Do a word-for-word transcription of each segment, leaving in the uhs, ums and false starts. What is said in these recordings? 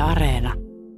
Areena.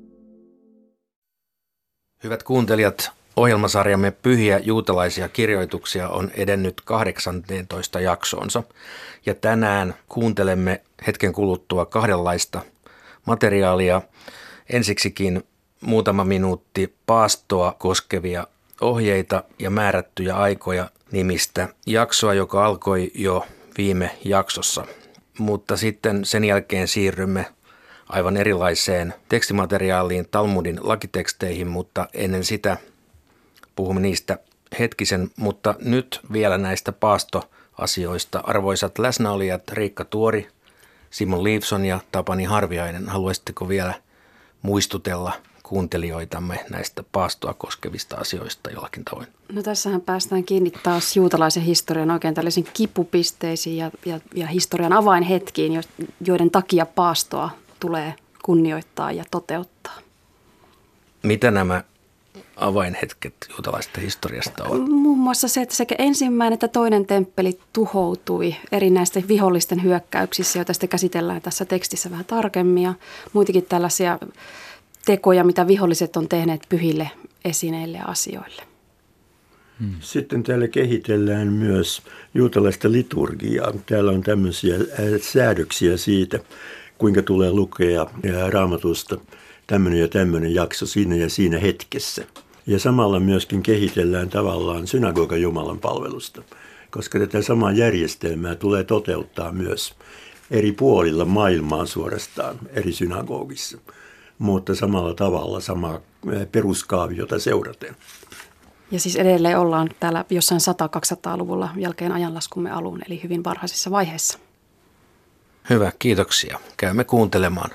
Hyvät kuuntelijat, ohjelmasarjamme Pyhiä juutalaisia kirjoituksia on edennyt kahdeksanteentoista jaksoonsa. Ja tänään kuuntelemme hetken kuluttua kahdenlaista materiaalia. Ensiksikin muutama minuutti paastoa koskevia ohjeita ja määrättyjä aikoja nimistä jaksoa, joka alkoi jo viime jaksossa. Mutta sitten sen jälkeen siirrymme aivan erilaiseen tekstimateriaaliin, Talmudin lakiteksteihin, mutta ennen sitä puhumme niistä hetkisen. Mutta nyt vielä näistä paastoasioista. Arvoisat läsnäolijat Riikka Tuori, Simon Leifson ja Tapani Harviainen, haluaisitteko vielä muistutella kuuntelijoitamme näistä paastoa koskevista asioista jollakin tavoin? No tässähän päästään kiinni taas juutalaisen historian oikein tällaisiin kipupisteisiin ja, ja, ja historian avainhetkiin, joiden takia paastoa tulee kunnioittaa ja toteuttaa. Mitä nämä avainhetket juutalaisesta historiasta ovat? Muun muassa se, että sekä ensimmäinen että toinen temppeli tuhoutui erinäisten vihollisten hyökkäyksissä, joita sitten käsitellään tässä tekstissä vähän tarkemmin. Ja muitakin tällaisia tekoja, mitä viholliset on tehneet pyhille esineille ja asioille. Sitten täällä kehitellään myös juutalaista liturgiaa. Täällä on tämmöisiä säädöksiä siitä, kuinka tulee lukea Raamatusta tämmöinen ja tämmöinen jakso siinä ja siinä hetkessä. Ja samalla myöskin kehitellään tavallaan synagogan Jumalan palvelusta, koska tätä samaa järjestelmää tulee toteuttaa myös eri puolilla maailmaa suorastaan eri synagogissa, mutta samalla tavalla samaa peruskaaviota seuraten. Ja siis edelleen ollaan täällä jossain sata-kaksisataa-luvulla jälkeen ajanlaskumme alun, eli hyvin varhaisessa vaiheessa. Hyvä, kiitoksia. Käymme kuuntelemaan.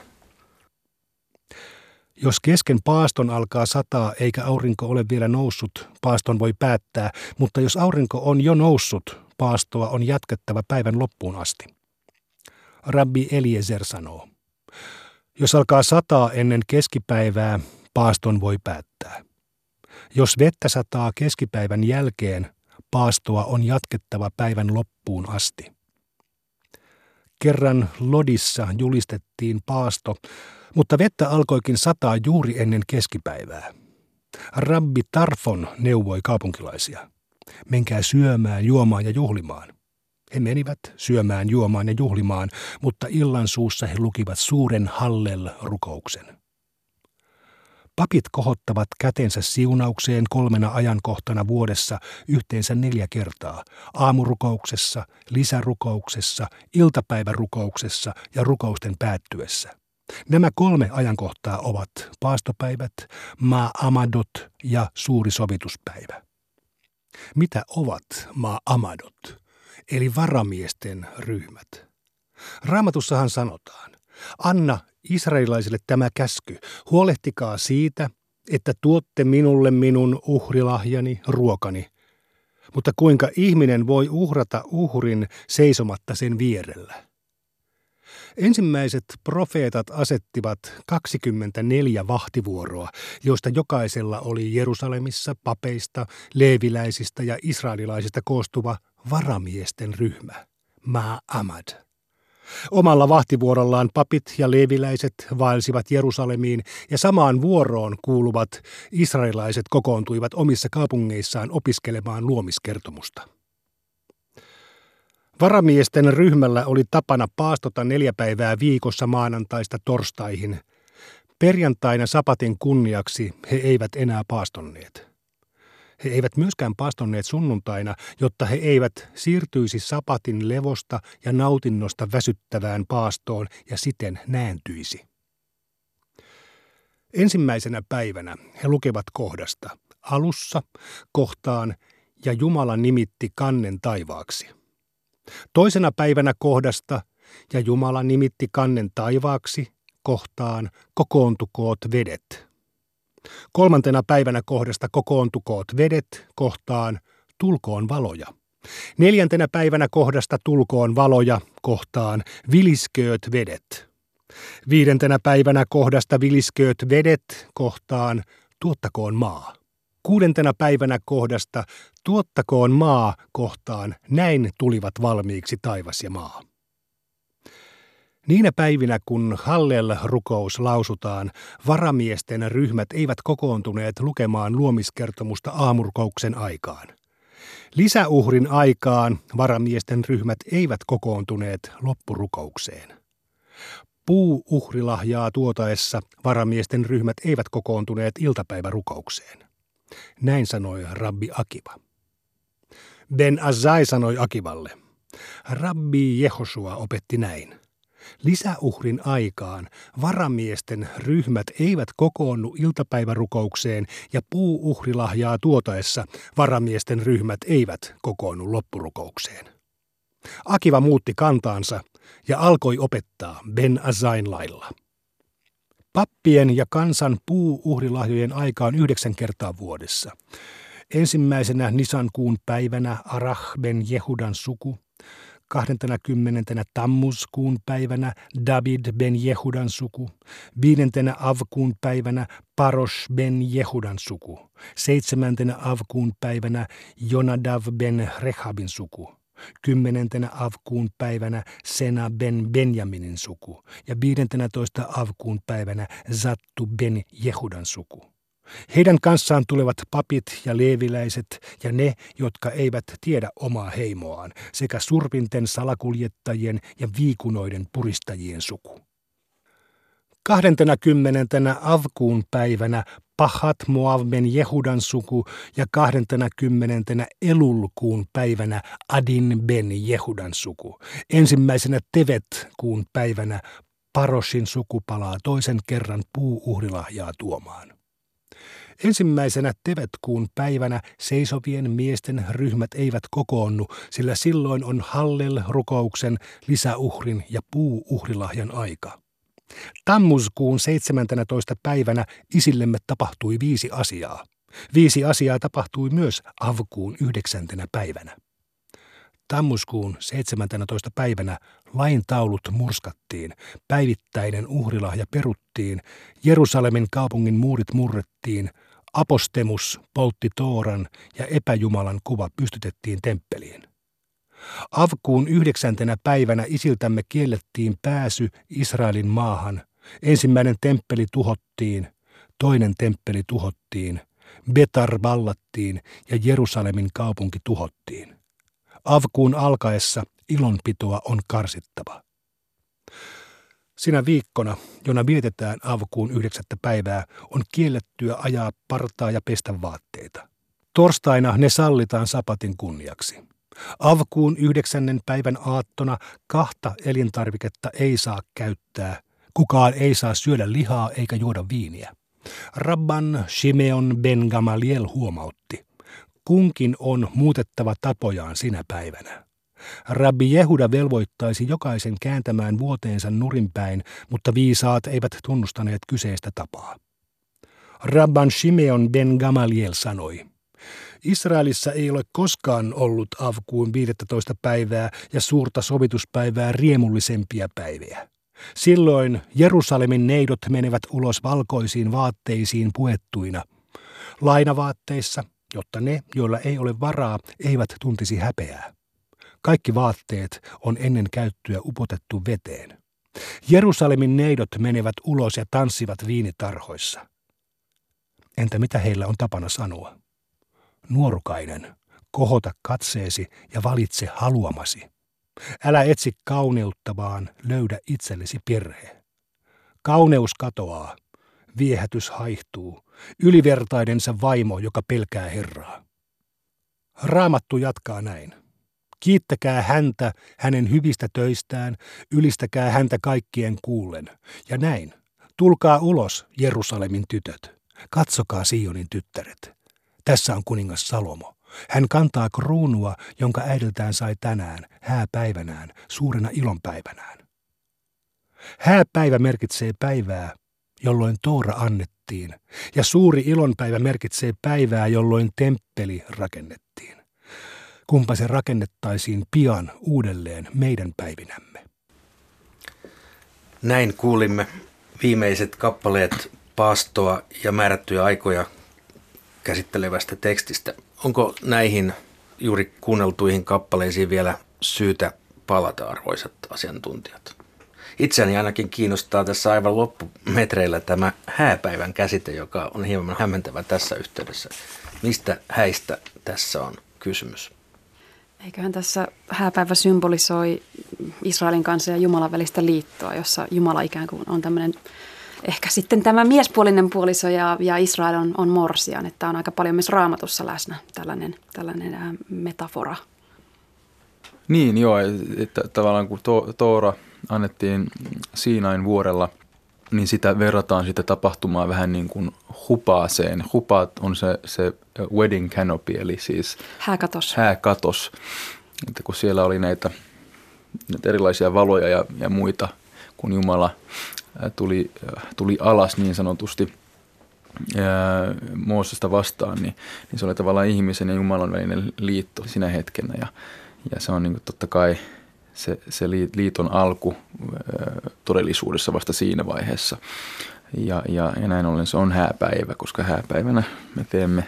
Jos kesken paaston alkaa sataa eikä aurinko ole vielä noussut, paaston voi päättää, mutta jos aurinko on jo noussut, paastoa on jatkettava päivän loppuun asti. Rabbi Eliezer sanoo, jos alkaa sataa ennen keskipäivää, paaston voi päättää. Jos vettä sataa keskipäivän jälkeen, paastoa on jatkettava päivän loppuun asti. Kerran Lodissa julistettiin paasto, mutta vettä alkoikin sataa juuri ennen keskipäivää. Rabbi Tarfon neuvoi kaupunkilaisia. Menkää syömään, juomaan ja juhlimaan. He menivät syömään, juomaan ja juhlimaan, mutta illan suussa he lukivat suuren Hallel-rukouksen. Papit kohottavat kätensä siunaukseen kolmena ajankohtana vuodessa yhteensä neljä kertaa. Aamurukouksessa, lisärukouksessa, iltapäivärukouksessa ja rukousten päättyessä. Nämä kolme ajankohtaa ovat paastopäivät, Ma'amadot ja suuri sovituspäivä. Mitä ovat Ma'amadot, eli varamiesten ryhmät? Raamatussahan sanotaan, anna israelilaisille tämä käsky, huolehtikaa siitä, että tuotte minulle minun uhrilahjani, ruokani. Mutta kuinka ihminen voi uhrata uhrin seisomatta sen vierellä? Ensimmäiset profeetat asettivat kaksikymmentäneljä vahtivuoroa, joista jokaisella oli Jerusalemissa papeista, leeviläisistä ja israelilaisista koostuva varamiesten ryhmä, Ma'amad. Omalla vahtivuorollaan papit ja leeviläiset vaelsivat Jerusalemiin ja samaan vuoroon kuuluvat israelilaiset kokoontuivat omissa kaupungeissaan opiskelemaan luomiskertomusta. Varamiesten ryhmällä oli tapana paastota neljä päivää viikossa maanantaista torstaihin. Perjantaina sapatin kunniaksi he eivät enää paastonneet. He eivät myöskään paastonneet sunnuntaina, jotta he eivät siirtyisi sapatin levosta ja nautinnosta väsyttävään paastoon ja siten nääntyisi. Ensimmäisenä päivänä he lukevat kohdasta alussa kohtaan ja Jumala nimitti kannen taivaaksi. Toisena päivänä kohdasta ja Jumala nimitti kannen taivaaksi kohtaan kokoontukoot vedet. Kolmantena päivänä kohdasta kokoontukoot vedet kohtaan tulkoon valoja. Neljäntenä päivänä kohdasta tulkoon valoja kohtaan viliskööt vedet. Viidentenä päivänä kohdasta viliskööt vedet kohtaan tuottakoon maa. Kuudentena päivänä kohdasta tuottakoon maa kohtaan näin tulivat valmiiksi taivas ja maa. Niinä päivinä, kun Hallel-rukous lausutaan, varamiesten ryhmät eivät kokoontuneet lukemaan luomiskertomusta aamurukouksen aikaan. Lisäuhrin aikaan varamiesten ryhmät eivät kokoontuneet loppurukoukseen. Puu-uhrilahjaa tuotaessa varamiesten ryhmät eivät kokoontuneet iltapäivärukoukseen. Näin sanoi rabbi Akiva. Ben Azai sanoi Akivalle. Rabbi Jehosua opetti näin. Lisäuhrin aikaan varamiesten ryhmät eivät kokoonnu iltapäivärukoukseen ja puu-uhrilahjaa tuotaessa varamiesten ryhmät eivät kokoonnu loppurukoukseen. Akiva muutti kantaansa ja alkoi opettaa Ben Azain lailla. Pappien ja kansan puu-uhrilahjojen aika on yhdeksän kertaa vuodessa. Ensimmäisenä Nisan kuun päivänä Arach ben Jehudan suku. Kahdentenakymmenentenä Tammuz-kuun päivänä David ben Jehudan suku, viidentenä Avkuun päivänä Parosh ben Jehudan suku, seitsemäntenä Avkuun päivänä Jonadav ben Rehabin suku, kymmenentenä Avkuun päivänä Sena ben Benjaminin suku ja viidentenä toista Avkuun päivänä Zattu ben Jehudan suku. Heidän kanssaan tulevat papit ja leeviläiset ja ne, jotka eivät tiedä omaa heimoaan, sekä surpinten salakuljettajien ja viikunoiden puristajien suku. Kahdentena kymmenentenä Avkuun päivänä Pahat Moav ben Jehudan suku ja kahdentena kymmenentenä Elul-kuun päivänä Adin ben Jehudan suku. Ensimmäisenä Tevet-kuun päivänä Paroshin suku palaa toisen kerran puu-uhrilahjaa tuomaan. Ensimmäisenä Tevetkuun päivänä seisovien miesten ryhmät eivät kokoonnu, sillä silloin on Hallel-rukouksen, lisäuhrin ja puu-uhrilahjan aika. Tammuzkuun seitsemäntenätoista päivänä isillemme tapahtui viisi asiaa. Viisi asiaa tapahtui myös Avkuun yhdeksäntenä päivänä. Tammuzkuun seitsemäntenätoista päivänä lain taulut murskattiin, päivittäinen uhrilahja peruttiin, Jerusalemin kaupungin muurit murrettiin, apostemus poltti Tooran ja epäjumalan kuva pystytettiin temppeliin. Avkuun yhdeksäntenä päivänä isiltämme kiellettiin pääsy Israelin maahan, ensimmäinen temppeli tuhottiin, toinen temppeli tuhottiin, Betar vallattiin ja Jerusalemin kaupunki tuhottiin. Avkuun alkaessa ilonpitoa on karsittava. Sinä viikkona, jona vietetään Avkuun yhdeksättä päivää, on kiellettyä ajaa partaa ja pestä vaatteita. Torstaina ne sallitaan sapatin kunniaksi. Avkuun yhdeksännen päivän aattona kahta elintarviketta ei saa käyttää. Kukaan ei saa syödä lihaa eikä juoda viiniä. Rabban Shimeon ben Gamaliel huomautti. Kunkin on muutettava tapojaan sinä päivänä. Rabbi Jehuda velvoittaisi jokaisen kääntämään vuoteensa nurinpäin, mutta viisaat eivät tunnustaneet kyseistä tapaa. Rabban Shimeon ben Gamaliel sanoi, Israelissa ei ole koskaan ollut Avkuun viidettätoista päivää ja suurta sovituspäivää riemullisempia päiviä. Silloin Jerusalemin neidot menevät ulos valkoisiin vaatteisiin puettuina, lainavaatteissa, jotta ne, joilla ei ole varaa, eivät tuntisi häpeää. Kaikki vaatteet on ennen käyttöä upotettu veteen. Jerusalemin neidot menevät ulos ja tanssivat viinitarhoissa. Entä mitä heillä on tapana sanoa? Nuorukainen, kohota katseesi ja valitse haluamasi. Älä etsi kauneutta, vaan löydä itsellesi perhe. Kauneus katoaa, viehätys haihtuu, ylivertaidensa vaimo, joka pelkää Herraa. Raamattu jatkaa näin. Kiittäkää häntä hänen hyvistä töistään, ylistäkää häntä kaikkien kuullen. Ja näin, tulkaa ulos, Jerusalemin tytöt. Katsokaa Sionin tyttäret. Tässä on kuningas Salomo. Hän kantaa kruunua, jonka äidiltään sai tänään, hääpäivänään, suurena ilonpäivänään. Hääpäivä merkitsee päivää, jolloin Toora annettiin, ja suuri ilonpäivä merkitsee päivää, jolloin temppeli rakennettiin. Kumpa se rakennettaisiin pian uudelleen meidän päivinämme. Näin kuulimme viimeiset kappaleet paastoa ja määrättyjä aikoja käsittelevästä tekstistä. Onko näihin juuri kuunneltuihin kappaleisiin vielä syytä palata, arvoisat asiantuntijat? Itseäni ainakin kiinnostaa tässä aivan loppumetreillä tämä hääpäivän käsite, joka on hieman hämmentävä tässä yhteydessä. Mistä häistä tässä on kysymys? Eiköhän tässä hääpäivä symbolisoi Israelin kanssa ja Jumalan välistä liittoa, jossa Jumala ikään kuin on tämmöinen, ehkä sitten tämä miespuolinen puoliso ja, ja Israel on, on morsian, että on aika paljon myös Raamatussa läsnä tällainen, tällainen ää, metafora. Niin joo, että tavallaan kun to, Toora annettiin Siinain vuorella, niin sitä verrataan sitä tapahtumaa vähän niin kuin hupaaseen. Hupaat on se, se wedding canopy, eli siis hääkatos. hääkatos. Että kun siellä oli näitä, näitä erilaisia valoja ja, ja muita, kun Jumala tuli, tuli alas niin sanotusti ää, Moosesta vastaan, niin, niin se oli tavallaan ihmisen ja Jumalan välinen liitto sinä hetkenä. Ja, ja se on niin kuin totta kai se, se liiton alku ää, todellisuudessa vasta siinä vaiheessa. Ja, ja, ja näin ollen se on hääpäivä, koska hääpäivänä me teemme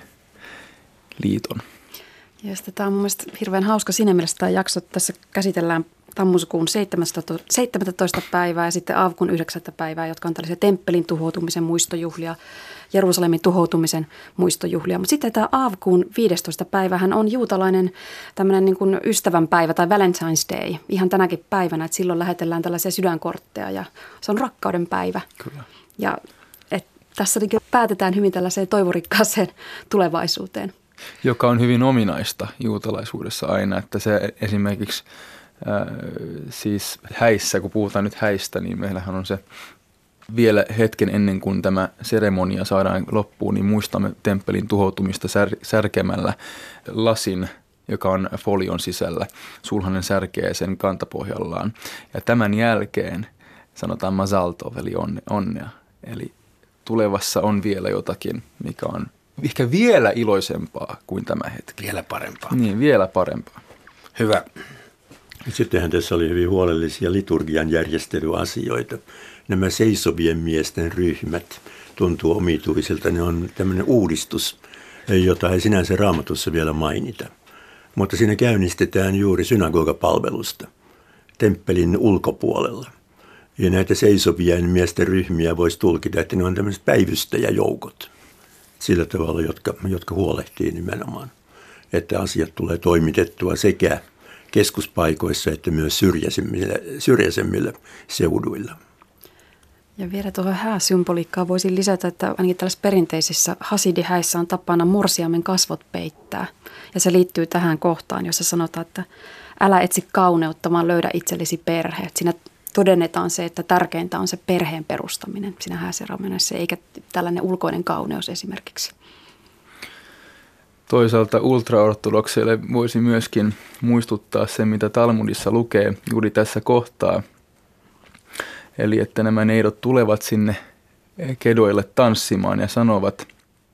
liiton. Ja tämä on mun mielestä hirveän hauska siinä mielessä tämä jakso. Tässä käsitellään tammikuun seitsemästoista päivää ja sitten Aavkuun yhdeksättä päivää, jotka on tällaisia temppelin tuhoutumisen muistojuhlia, Jerusalemin tuhoutumisen muistojuhlia. Mutta sitten tämä Aavkuun viidestoista päivähän on juutalainen tämmöinen niin kuin ystävänpäivä tai Valentine's Day ihan tänäkin päivänä, että silloin lähetellään tällaisia sydänkortteja ja se on rakkauden päivä. Kyllä. Ja et tässä päätetään hyvin tällaiseen toivorikkaaseen tulevaisuuteen. Joka on hyvin ominaista juutalaisuudessa aina, että se esimerkiksi äh, siis häissä, kun puhutaan nyt häistä, niin meillähän on se vielä hetken ennen kuin tämä seremonia saadaan loppuun, niin muistamme temppelin tuhoutumista sär, särkemällä lasin, joka on folion sisällä. Sulhanen särkee sen kantapohjallaan. Ja tämän jälkeen sanotaan mazal tov, eli onne, onnea. Eli tulevassa on vielä jotakin, mikä on ehkä vielä iloisempaa kuin tämä hetki. Vielä parempaa. Niin, vielä parempaa. Hyvä. Sittenhän tässä oli hyvin huolellisia liturgian järjestelyasioita. Nämä seisovien miesten ryhmät tuntuu omituisilta. Ne on tämmöinen uudistus, jota ei sinänsä Raamatussa vielä mainita. Mutta siinä käynnistetään juuri synagogapalvelusta temppelin ulkopuolella. Ja näitä seisovien miesten ryhmiä voisi tulkita, että ne on tämmöiset päivystäjäjoukot. Sillä tavalla, jotka, jotka huolehtii nimenomaan, että asiat tulee toimitettua sekä keskuspaikoissa että myös syrjäisemmillä, syrjäisemmillä seuduilla. Ja vielä tuohon hääsymboliikkaan voisin lisätä, että ainakin tällaisissa perinteisissä hasidihäissä on tapana morsiamen kasvot peittää. Ja se liittyy tähän kohtaan, jossa sanotaan, että älä etsi kauneutta, vaan löydä itsellesi perhe. Siinä todennetaan se, että tärkeintä on se perheen perustaminen siinä hääseremoniassa, eikä tällainen ulkoinen kauneus esimerkiksi. Toisaalta ultraortodokseille voisi myöskin muistuttaa se, mitä Talmudissa lukee juuri tässä kohtaa. Eli että nämä neidot tulevat sinne kedoille tanssimaan ja sanovat,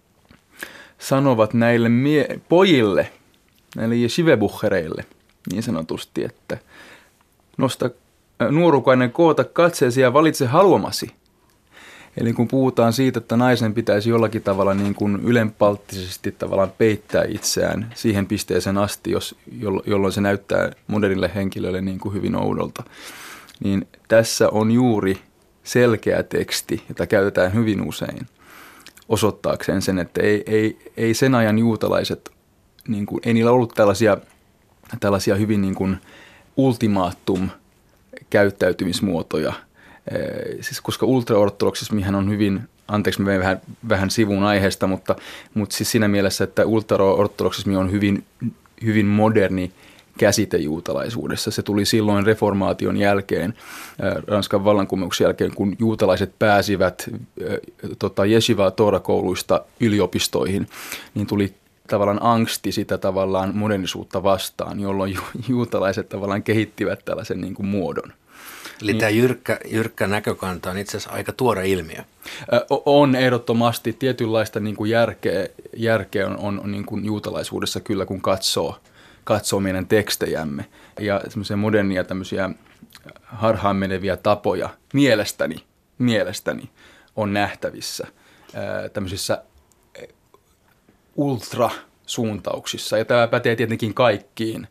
sanovat näille mie- pojille, näille yeshivebuchereille niin sanotusti, että nosta nuorukainen koota katseesi ja valitse haluamasi. Eli kun puhutaan siitä, että naisen pitäisi jollakin tavalla niin kuin ylenpalttisesti tavallaan peittää itseään siihen pisteeseen asti, jos, jolloin se näyttää modernille henkilölle niin kuin hyvin oudolta, niin tässä on juuri selkeä teksti, jota käytetään hyvin usein osoittaakseen sen, että ei, ei, ei sen ajan juutalaiset, niin kuin, ei niillä ollut tällaisia, tällaisia hyvin niin kuin ultimaattum käyttäytymismuotoja, siis koska ultraortodoksismihan on hyvin, anteeksi mä menen vähän, vähän sivuun aiheesta, mutta, mutta siis siinä mielessä, että ultraortodoksismi on hyvin, hyvin moderni käsite juutalaisuudessa. Se tuli silloin reformaation jälkeen, Ranskan vallankumouksen jälkeen, kun juutalaiset pääsivät tota, jeshiva Toora-kouluista yliopistoihin, niin tuli tavallaan angsti sitä tavallaan modernisuutta vastaan, jolloin ju- juutalaiset tavallaan kehittivät tällaisen niin kuin muodon. Eli niin, tämä jyrkkä, jyrkkä näkökanta on itse asiassa aika tuore ilmiö. On ehdottomasti tietynlaista niin kuin järkeä, järkeä on, on, on niin kuin juutalaisuudessa kyllä, kun katsoo, katsoo meidän tekstejämme. Ja semmoisia modernia tämmöisiä harhaan meneviä tapoja mielestäni, mielestäni on nähtävissä tämmöisissä ultrasuuntauksissa. Ja tämä pätee tietenkin kaikkiin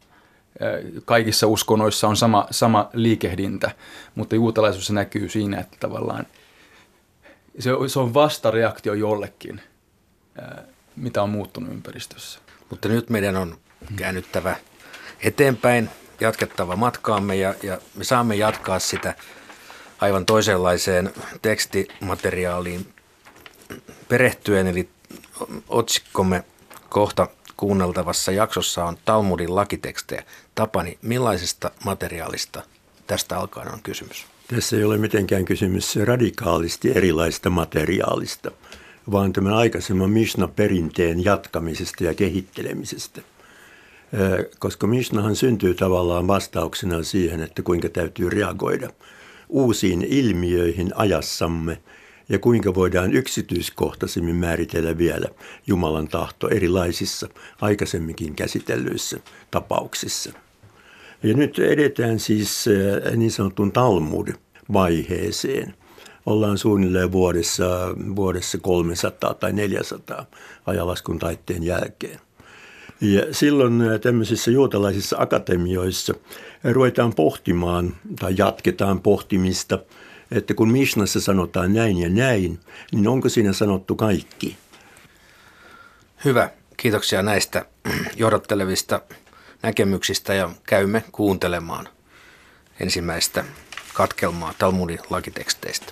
Kaikissa uskonnoissa on sama, sama liikehdintä, mutta juutalaisuus näkyy siinä, että tavallaan se on, se on vastareaktio jollekin, mitä on muuttunut ympäristössä. Mutta nyt meidän on käännyttävä eteenpäin, jatkettava matkaamme ja, ja me saamme jatkaa sitä aivan toisenlaiseen tekstimateriaaliin perehtyen, eli otsikkomme kohta kuunneltavassa jaksossa on Talmudin lakitekstejä. Tapani, millaisesta materiaalista tästä alkaen on kysymys? Tässä ei ole mitenkään kysymys radikaalisti erilaista materiaalista, vaan tämän aikaisemman Mishna-perinteen jatkamisesta ja kehittelemisestä. Koska Mishnahan syntyy tavallaan vastauksena siihen, että kuinka täytyy reagoida uusiin ilmiöihin ajassamme ja kuinka voidaan yksityiskohtaisemmin määritellä vielä Jumalan tahto erilaisissa aikaisemminkin käsitellyissä tapauksissa. Ja nyt edetään siis niin sanottuun Talmud-vaiheeseen. Ollaan suunnilleen vuodessa, vuodessa kolmesataa tai neljäsataa ajanlaskun taitteen jälkeen. Ja silloin tämmöisissä juutalaisissa akatemioissa ruvetaan pohtimaan tai jatketaan pohtimista, että kun Mishnassa sanotaan näin ja näin, niin onko siinä sanottu kaikki? Hyvä. Kiitoksia näistä johdattelevista näkemyksistä ja käymme kuuntelemaan ensimmäistä katkelmaa Talmudin lakiteksteistä.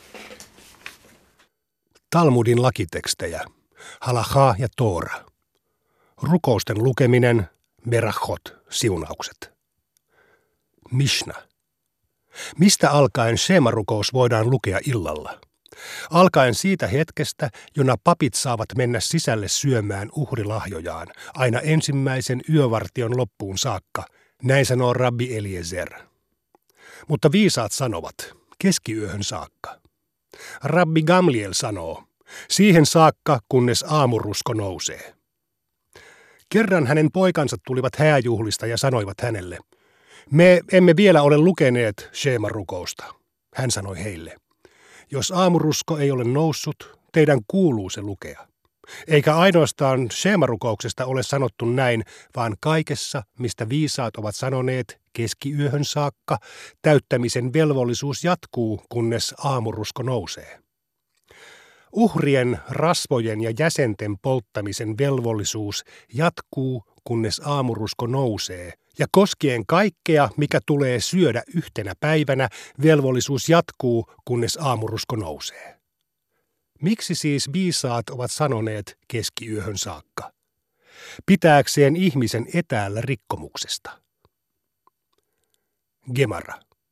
Talmudin lakitekstejä, halacha ja toora. Rukousten lukeminen, berachot, siunaukset. Mishna. Mistä alkaen Sheema-rukous voidaan lukea illalla? Alkaen siitä hetkestä, jona papit saavat mennä sisälle syömään uhrilahjojaan, aina ensimmäisen yövartion loppuun saakka, näin sanoo Rabbi Eliezer. Mutta viisaat sanovat, keskiyöhön saakka. Rabbi Gamliel sanoo, siihen saakka, kunnes aamurusko nousee. Kerran hänen poikansa tulivat hääjuhlista ja sanoivat hänelle, me emme vielä ole lukeneet Sheema-rukousta. Hän sanoi heille, jos aamurusko ei ole noussut, teidän kuuluu se lukea. Eikä ainoastaan Sheema-rukouksesta ole sanottu näin, vaan kaikessa, mistä viisaat ovat sanoneet keskiyöhön saakka, täyttämisen velvollisuus jatkuu, kunnes aamurusko nousee. Uhrien, rasvojen ja jäsenten polttamisen velvollisuus jatkuu, kunnes aamurusko nousee, ja koskien kaikkea, mikä tulee syödä yhtenä päivänä, velvollisuus jatkuu, kunnes aamurusko nousee. Miksi siis viisaat ovat sanoneet keskiyöhön saakka? Pitääkseen ihmisen etäällä rikkomuksesta. Gemara.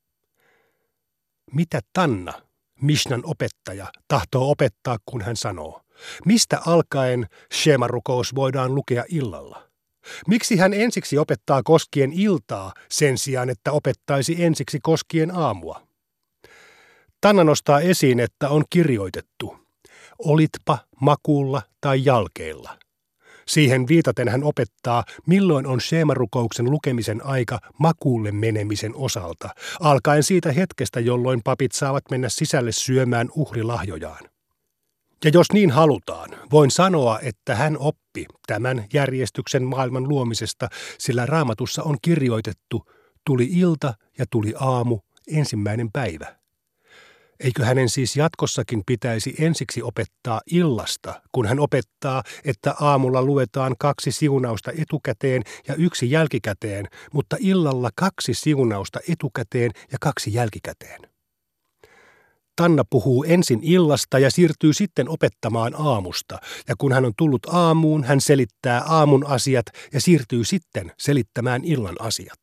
Mitä Tanna, Mishnan opettaja, tahtoo opettaa, kun hän sanoo, mistä alkaen Sheema-rukous voidaan lukea illalla? Miksi hän ensiksi opettaa koskien iltaa sen sijaan, että opettaisi ensiksi koskien aamua? Tanna nostaa esiin, että on kirjoitettu, olitpa makuulla tai jalkeilla. Siihen viitaten hän opettaa, milloin on Sheema-rukouksen lukemisen aika makuulle menemisen osalta, alkaen siitä hetkestä, jolloin papit saavat mennä sisälle syömään uhrilahjojaan. Ja jos niin halutaan, voin sanoa, että hän oppi tämän järjestyksen maailman luomisesta, sillä Raamatussa on kirjoitettu, tuli ilta ja tuli aamu, ensimmäinen päivä. Eikö hänen siis jatkossakin pitäisi ensiksi opettaa illasta, kun hän opettaa, että aamulla luetaan kaksi siunausta etukäteen ja yksi jälkikäteen, mutta illalla kaksi siunausta etukäteen ja kaksi jälkikäteen? Tanna puhuu ensin illasta ja siirtyy sitten opettamaan aamusta, ja kun hän on tullut aamuun, hän selittää aamun asiat ja siirtyy sitten selittämään illan asiat.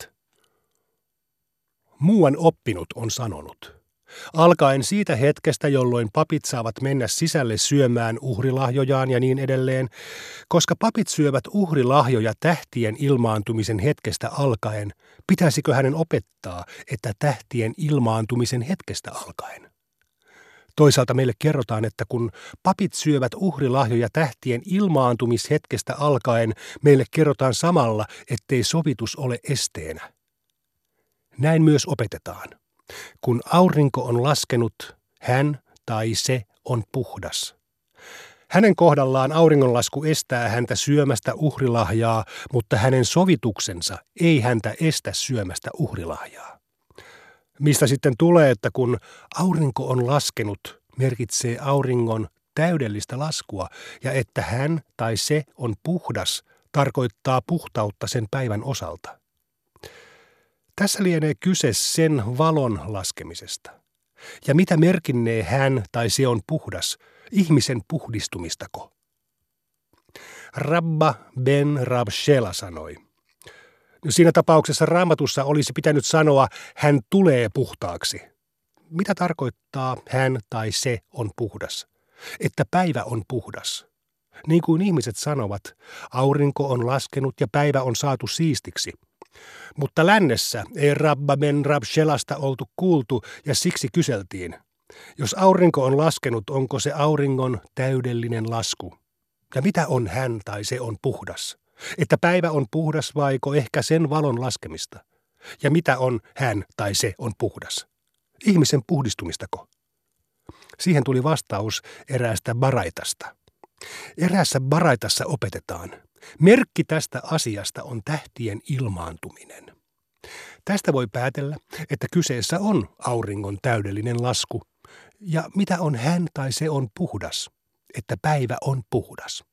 Muuan oppinut on sanonut, alkaen siitä hetkestä, jolloin papit saavat mennä sisälle syömään uhrilahjojaan ja niin edelleen, koska papit syövät uhrilahjoja tähtien ilmaantumisen hetkestä alkaen, pitäisikö hänen opettaa, että tähtien ilmaantumisen hetkestä alkaen? Toisaalta meille kerrotaan, että kun papit syövät uhrilahjoja tähtien ilmaantumishetkestä alkaen, meille kerrotaan samalla, ettei sovitus ole esteenä. Näin myös opetetaan. Kun aurinko on laskenut, hän tai se on puhdas. Hänen kohdallaan auringonlasku estää häntä syömästä uhrilahjaa, mutta hänen sovituksensa ei häntä estä syömästä uhrilahjaa. Mistä sitten tulee, että kun aurinko on laskenut, merkitsee auringon täydellistä laskua, ja että hän tai se on puhdas, tarkoittaa puhtautta sen päivän osalta. Tässä lienee kyse sen valon laskemisesta. Ja mitä merkinnee hän tai se on puhdas, ihmisen puhdistumistako? Rabba ben Rab Shela sanoi. Siinä tapauksessa Raamatussa olisi pitänyt sanoa, hän tulee puhtaaksi. Mitä tarkoittaa hän tai se on puhdas? Että päivä on puhdas. Niin kuin ihmiset sanovat, aurinko on laskenut ja päivä on saatu siistiksi. Mutta lännessä ei Rabba ben Rab Shelasta oltu kuultu ja siksi kyseltiin. Jos aurinko on laskenut, onko se auringon täydellinen lasku? Ja mitä on hän tai se on puhdas? Että päivä on puhdas vaiko ehkä sen valon laskemista? Ja mitä on hän tai se on puhdas? Ihmisen puhdistumistako? Siihen tuli vastaus eräästä baraitasta. Eräässä baraitassa opetetaan. Merkki tästä asiasta on tähtien ilmaantuminen. Tästä voi päätellä, että kyseessä on auringon täydellinen lasku. Ja mitä on hän tai se on puhdas? Että päivä on puhdas.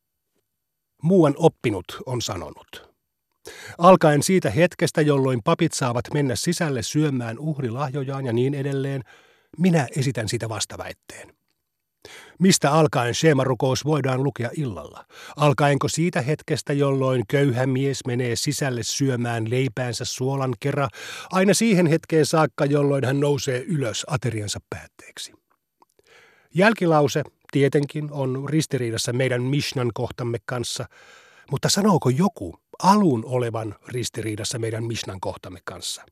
Muuan oppinut on sanonut. Alkaen siitä hetkestä, jolloin papit saavat mennä sisälle syömään uhrilahjojaan ja niin edelleen, minä esitän sitä vastaväitteen. Mistä alkaen sheemarukous voidaan lukea illalla? Alkaenko siitä hetkestä, jolloin köyhä mies menee sisälle syömään leipäänsä suolan kera, aina siihen hetkeen saakka, jolloin hän nousee ylös ateriansa päätteeksi? Jälkilause tietenkin on ristiriidassa meidän Mishnan kohtamme kanssa, mutta sanooko joku alun olevan ristiriidassa meidän Mishnan kohtamme kanssa?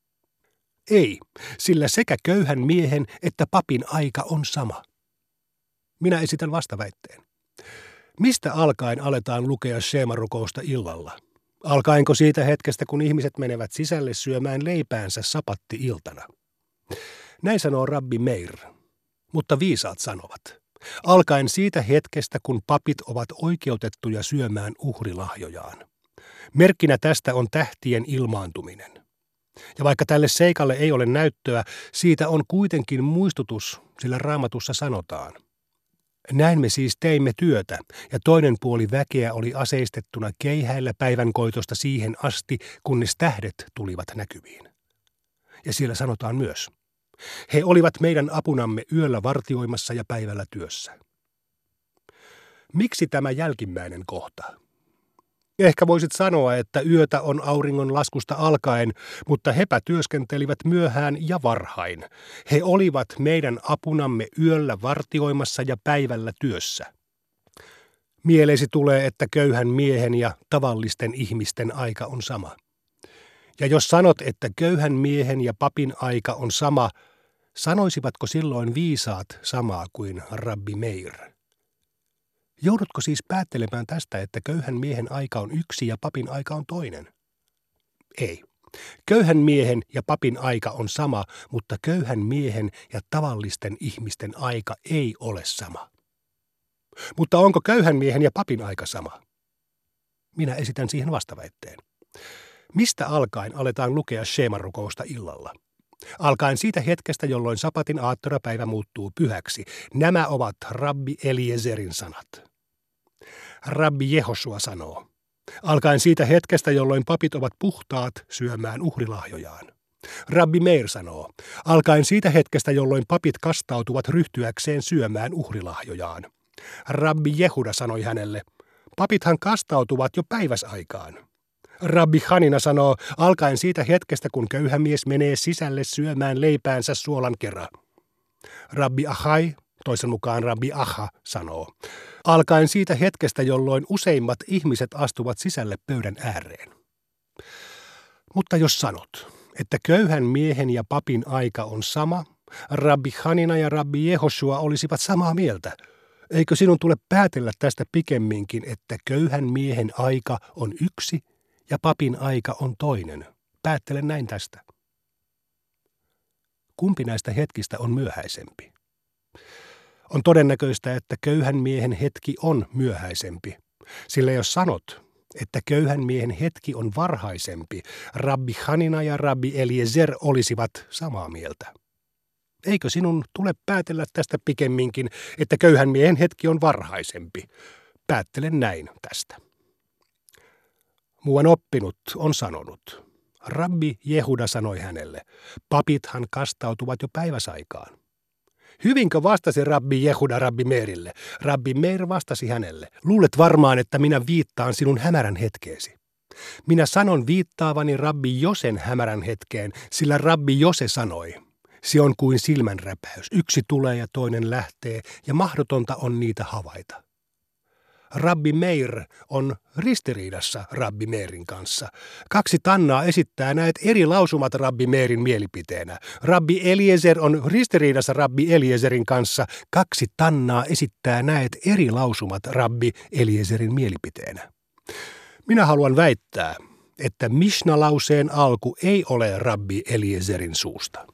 Ei, sillä sekä köyhän miehen että papin aika on sama. Minä esitän vastaväitteen. Mistä alkaen aletaan lukea sheemarukousta illalla? Alkaenko siitä hetkestä, kun ihmiset menevät sisälle syömään leipäänsä sapatti-iltana? Näin sanoo Rabbi Meir, mutta viisaat sanovat. Alkaen siitä hetkestä, kun papit ovat oikeutettuja syömään uhrilahjojaan. Merkkinä tästä on tähtien ilmaantuminen. Ja vaikka tälle seikalle ei ole näyttöä, siitä on kuitenkin muistutus, sillä Raamatussa sanotaan. Näin me siis teimme työtä, ja toinen puoli väkeä oli aseistettuna keihäillä päivänkoitosta siihen asti, kunnes tähdet tulivat näkyviin. Ja siellä sanotaan myös. He olivat meidän apunamme yöllä vartioimassa ja päivällä työssä. Miksi tämä jälkimmäinen kohta? Ehkä voisit sanoa, että yötä on auringon laskusta alkaen, mutta hepä työskentelivät myöhään ja varhain. He olivat meidän apunamme yöllä vartioimassa ja päivällä työssä. Mieleesi tulee, että köyhän miehen ja tavallisten ihmisten aika on sama. Ja jos sanot, että köyhän miehen ja papin aika on sama, sanoisivatko silloin viisaat samaa kuin Rabbi Meir? Joudutko siis päättelemään tästä, että köyhän miehen aika on yksi ja papin aika on toinen? Ei. Köyhän miehen ja papin aika on sama, mutta köyhän miehen ja tavallisten ihmisten aika ei ole sama. Mutta onko köyhän miehen ja papin aika sama? Minä esitän siihen vastaväitteen. Mistä alkaen aletaan lukea sheemarukousta illalla? Alkaen siitä hetkestä, jolloin sapatin aattorapäivä muuttuu pyhäksi. Nämä ovat Rabbi Eliezerin sanat. Rabbi Jehosua sanoo. Alkaen siitä hetkestä, jolloin papit ovat puhtaat syömään uhrilahjojaan. Rabbi Meir sanoo. Alkaen siitä hetkestä, jolloin papit kastautuvat ryhtyäkseen syömään uhrilahjojaan. Rabbi Jehuda sanoi hänelle. Papithan kastautuvat jo päiväsaikaan. Rabbi Hanina sanoo, alkaen siitä hetkestä, kun köyhä mies menee sisälle syömään leipäänsä suolan kera. Rabbi Ahai, toisen mukaan Rabbi Aha, sanoo, alkaen siitä hetkestä, jolloin useimmat ihmiset astuvat sisälle pöydän ääreen. Mutta jos sanot, että köyhän miehen ja papin aika on sama, Rabbi Hanina ja Rabbi Jehoshua olisivat samaa mieltä. Eikö sinun tule päätellä tästä pikemminkin, että köyhän miehen aika on yksi ja papin aika on toinen? Päättele näin tästä. Kumpi näistä hetkistä on myöhäisempi? On todennäköistä, että köyhän miehen hetki on myöhäisempi. Sillä jos sanot, että köyhän miehen hetki on varhaisempi, Rabbi Hanina ja Rabbi Eliezer olisivat samaa mieltä. Eikö sinun tule päätellä tästä pikemminkin, että köyhän miehen hetki on varhaisempi? Päättelen näin tästä. Muuan oppinut on sanonut. Rabbi Jehuda sanoi hänelle, papithan kastautuvat jo päiväsaikaan. Hyvinkö vastasi Rabbi Jehuda Rabbi Meirille? Rabbi Meir vastasi hänelle, luulet varmaan, että minä viittaan sinun hämärän hetkeesi. Minä sanon viittaavani Rabbi Josen hämärän hetkeen, sillä Rabbi Jose sanoi, se on kuin silmänräpäys, yksi tulee ja toinen lähtee, ja mahdotonta on niitä havaita. Rabbi Meir on ristiriidassa Rabbi Meirin kanssa. Kaksi tannaa esittää näet eri lausumat Rabbi Meirin mielipiteenä. Rabbi Eliezer on ristiriidassa Rabbi Eliezerin kanssa. Kaksi tannaa esittää näet eri lausumat Rabbi Eliezerin mielipiteenä. Minä haluan väittää, että Mishna-lauseen alku ei ole Rabbi Eliezerin suusta.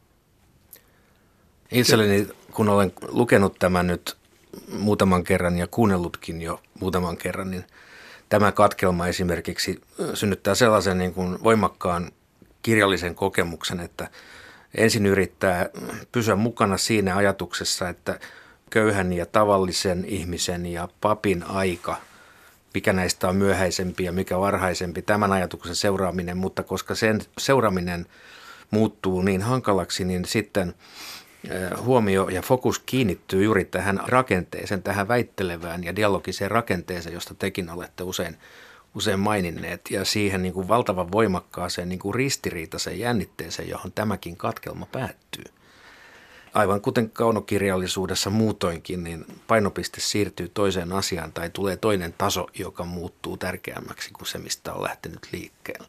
Itselleni, kun olen lukenut tämän nyt muutaman kerran ja kuunnellutkin jo muutaman kerran, niin tämä katkelma esimerkiksi synnyttää sellaisen niin kuin voimakkaan kirjallisen kokemuksen, että ensin yrittää pysyä mukana siinä ajatuksessa, että köyhän ja tavallisen ihmisen ja papin aika, mikä näistä on myöhäisempi ja mikä varhaisempi, tämän ajatuksen seuraaminen, mutta koska sen seuraaminen muuttuu niin hankalaksi, niin sitten huomio ja fokus kiinnittyy juuri tähän rakenteeseen, tähän väittelevään ja dialogiseen rakenteeseen, josta tekin olette usein, usein maininneet, ja siihen niin kuin valtavan voimakkaaseen niin kuin ristiriitaiseen jännitteeseen, johon tämäkin katkelma päättyy. Aivan kuten kaunokirjallisuudessa muutoinkin, niin painopiste siirtyy toiseen asiaan tai tulee toinen taso, joka muuttuu tärkeämmäksi kuin se, mistä on lähtenyt liikkeelle.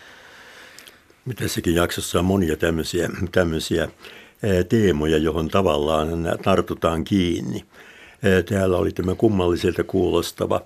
Tässäkin jaksossa on monia tämmöisiä, tämmöisiä teemoja, johon tavallaan tartutaan kiinni. Täällä oli tämä kummalliselta kuulostava,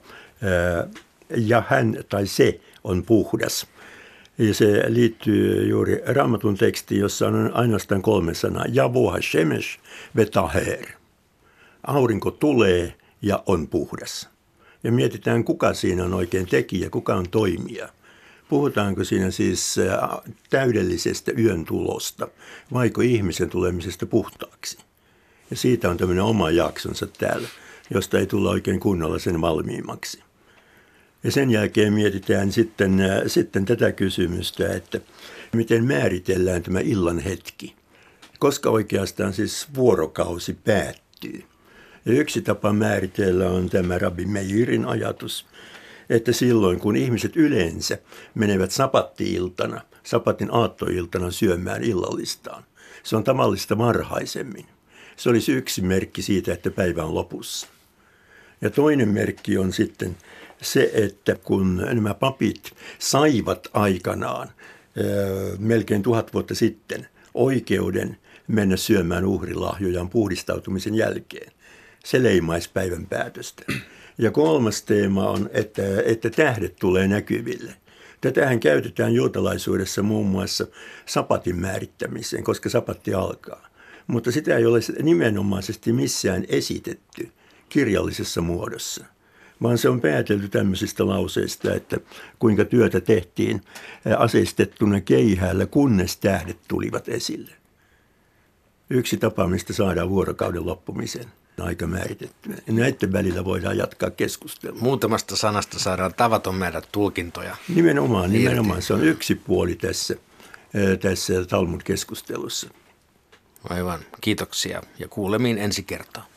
ja hän tai se on puhdas. Ja se liittyy juuri Raamatun tekstiin, jossa on ainoastaan kolme sanaa. Javo hashemesh vetaher. Aurinko tulee ja on puhdas. Ja mietitään, kuka siinä on oikein tekijä, kuka on toimija. Puhutaanko siinä siis täydellisestä yön tulosta, vaiko ihmisen tulemisesta puhtaaksi? Ja siitä on tämmöinen oma jaksonsa täällä, josta ei tulla oikein kunnolla sen valmiimmaksi. Ja sen jälkeen mietitään sitten, sitten tätä kysymystä, että miten määritellään tämä illan hetki, koska oikeastaan siis vuorokausi päättyy. Ja yksi tapa määritellä on tämä Rabbi Meirin ajatus, että silloin kun ihmiset yleensä menevät sapatti-iltana, sapatin aattoiltana syömään illallistaan, se on tavallista varhaisemmin. Se olisi yksi merkki siitä, että päivä on lopussa. Ja toinen merkki on sitten se, että kun nämä papit saivat aikanaan melkein tuhat vuotta sitten oikeuden mennä syömään uhrilahjojaan puhdistautumisen jälkeen, se leimaisi päivän päätöstä. Ja kolmas teema on, että, että tähdet tulee näkyville. Tätähän käytetään juutalaisuudessa muun muassa sapatin määrittämiseen, koska sapatti alkaa. Mutta sitä ei ole nimenomaisesti missään esitetty kirjallisessa muodossa, vaan se on päätelty tämmöisistä lauseista, että kuinka työtä tehtiin aseistettuna keihäällä, kunnes tähdet tulivat esille. Yksi tapa, mistä saadaan vuorokauden loppumisen aika määritetty. Näiden välillä voidaan jatkaa keskustelua. Muutamasta sanasta saadaan tavaton määrä tulkintoja. Nimenomaan, nimenomaan se on yksi puoli tässä, tässä Talmud-keskustelussa. Aivan, kiitoksia ja kuulemiin ensi kertaa.